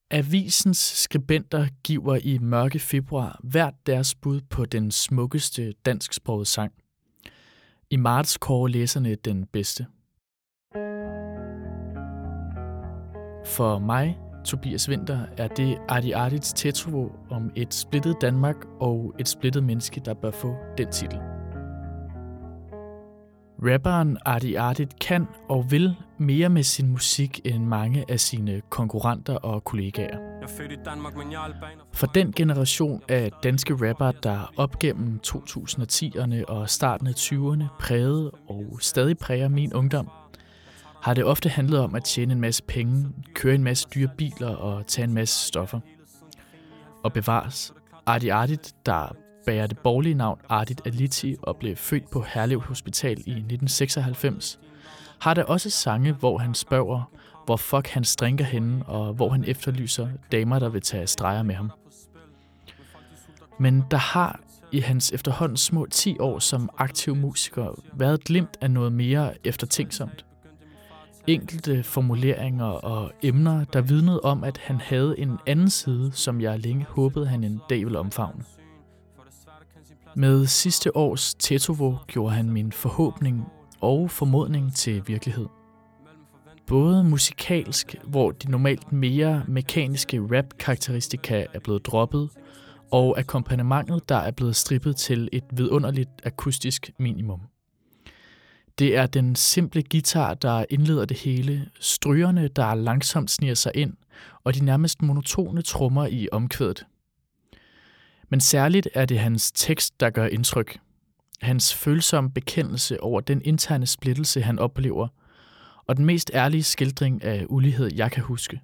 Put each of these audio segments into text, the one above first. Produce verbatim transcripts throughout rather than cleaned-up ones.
Avisens skribenter giver i mørke februar hvert deres bud på den smukkeste dansksprogede sang. I marts kårer læserne den bedste. For mig, Tobias Winther, er det Artie Artits Tetrovo om et splittet Danmark og et splittet menneske, der bør få den titel. Rapperen Artie Artit kan og vil mere med sin musik end mange af sine konkurrenter og kollegaer. For den generation af danske rapper, der op gennem to tusind og tierne og starten af tyverne prægede og stadig præger min ungdom, har det ofte handlet om at tjene en masse penge, køre en masse dyre biler og tage en masse stoffer. Og bevares, Artie Artit, der bærer det borgerlige navn Ardit Aliti og blev født på Herlev Hospital i nitten seksoghalvfems, har der også sange, hvor han spørger, hvor fuck han strinker henne, og hvor han efterlyser damer, der vil tage streger med ham. Men der har i hans efterhånden små ti år som aktiv musiker været et glimt af noget mere eftertænksomt. Enkelte formuleringer og emner, der vidnede om, at han havde en anden side, som jeg længe håbede, han en dag ville omfavne. Med sidste års Tetrovo gjorde han min forhåbning og formodning til virkelighed. Både musikalsk, hvor de normalt mere mekaniske rap-karakteristika er blevet droppet, og akkompagnementet, der er blevet strippet til et vidunderligt akustisk minimum. Det er den simple guitar, der indleder det hele, strygerne, der langsomt sniger sig ind, og de nærmest monotone trommer i omkvædet. Men særligt er det hans tekst, der gør indtryk. Hans følsomme bekendelse over den interne splittelse, han oplever, og den mest ærlige skildring af ulighed, jeg kan huske.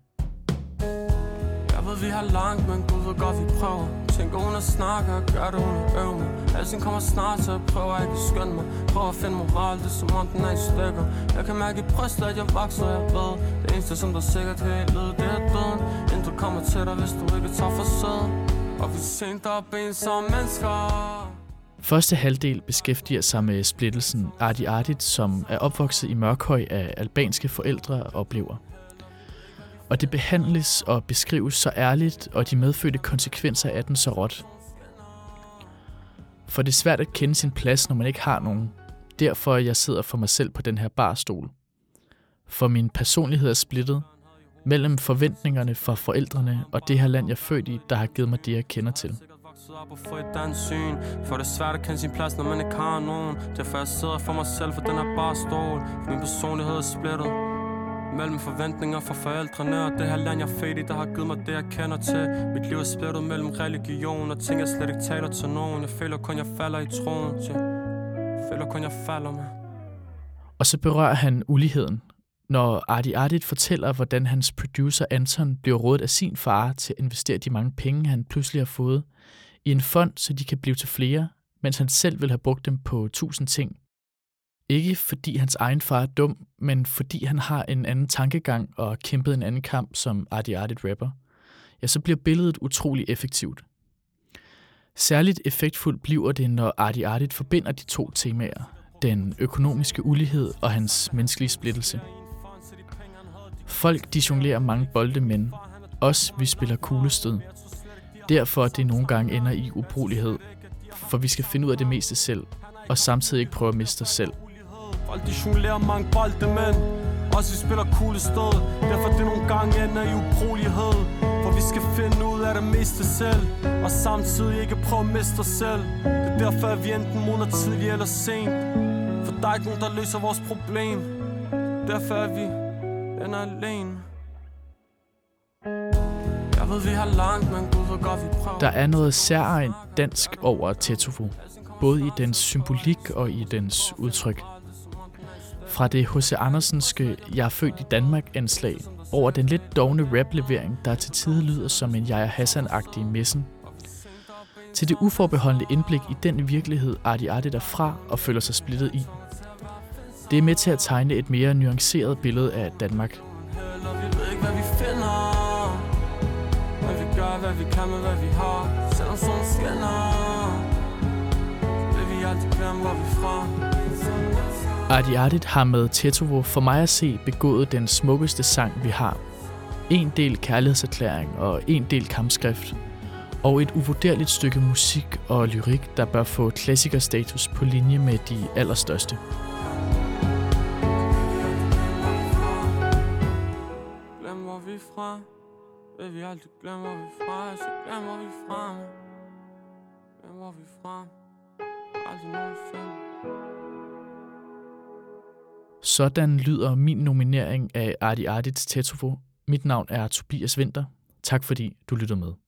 Jeg ved, vi har langt, men Gud ved godt, vi prøver. Tænker hun at snakke og gør det, hun er øv mig. Alting kommer snart, så jeg prøver ikke at skønne mig. Prøver at finde moral, det er som om den er i stykker. Jeg kan mærke i brystet, at jeg vokser, jeg ved. Det eneste, som der sikkert kan lide, det er døden. Intet kommer til dig, hvis du ikke tager for sød. Og vi sent op en som mennesker. Første halvdel beskæftiger sig med splittelsen Artie Artit, som er opvokset i Mørkhøj af albanske forældre, oplever. Og det behandles og beskrives så ærligt, og de medfødte konsekvenser af den så råt. For det er svært at kende sin plads, når man ikke har nogen. Derfor jeg sidder for mig selv på den her barstol. For min personlighed er splittet mellem forventningerne fra forældrene og det her land, jeg er født i, der har givet mig det, jeg kender til. For det er svært at kende sin plads, når man ikke har nogen. Derfor jeg sidder for mig selv, for den her barstol. For min personlighed er splittet mellem forventninger fra forældrene og det her land, jeg er født i, der har givet mig det, jeg kender til. Mit liv er splittet mellem religion og ting, jeg slet ikke taler til nogen. Jeg føler kun, jeg falder i troen. Jeg føler kun, jeg falder med. Og så berører han uligheden, når Artie Artit fortæller, hvordan hans producer Anton bliver rådet af sin far til at investere de mange penge, han pludselig har fået, i en fond, så de kan blive til flere, mens han selv vil have brugt dem på tusind ting. Ikke fordi hans egen far er dum, men fordi han har en anden tankegang og kæmpet en anden kamp som Artie Artit rapper, ja, så bliver billedet utrolig effektivt. Særligt effektfuldt bliver det, når Artie Artit forbinder de to temaer, den økonomiske ulighed og hans menneskelige splittelse. Folk de jonglerer mange bolde, men os vi spiller kuglestød. Derfor det nogle gange ender i ubrugelighed, for vi skal finde ud af det meste selv, og samtidig ikke prøve at miste os selv. Folk de jonglerer mange bolde, men os vi spiller kuglestød. Derfor det nogle gange ender i ubrugelighed, for vi skal finde ud af det meste selv, og samtidig ikke prøve at miste os selv. Det er derfor at vi enten modner tidligt eller sent, for der er ikke nogen der løser vores problem. Derfor er vi ender alene. Jeg ved, vi har langt, men Gud ved godt, vi prøver. Der er noget særligt dansk over Tetrovo, både i dens symbolik og i dens udtryk. Fra det H C Andersenske "Jeg er født i Danmark"-anslag over den lidt dovne rap-levering, der til tider lyder som en Yahya Hassan-agtig messen, til det uforbeholdne indblik i den virkelighed, Artie Artit er fra og føler sig splittet i. Det er med til at tegne et mere nuanceret billede af Danmark. Vi ved ikke, hvad vi finder, men vi gør, hvad vi kan med, hvad vi har. Selvom solen skinner, vil vi altid glemme, hvor vi er fra. Artie Artit har med Tetrovo for mig at se begået den smukkeste sang, vi har. En del kærlighedserklæring og en del kampskrift. Og et uvurderligt stykke musik og lyrik, der bør få klassikerstatus på linje med de allerstørste. Glem hvor vi er fra. Vil vi aldrig glemme hvor vi er fra. Så glem hvor vi er fra. Glem hvor vi er fra. Aldrig nogensinde. Sådan lyder min nominering af Arti Artits Tetofo. Mit navn er Tobias Winther. Tak fordi du lyttede med.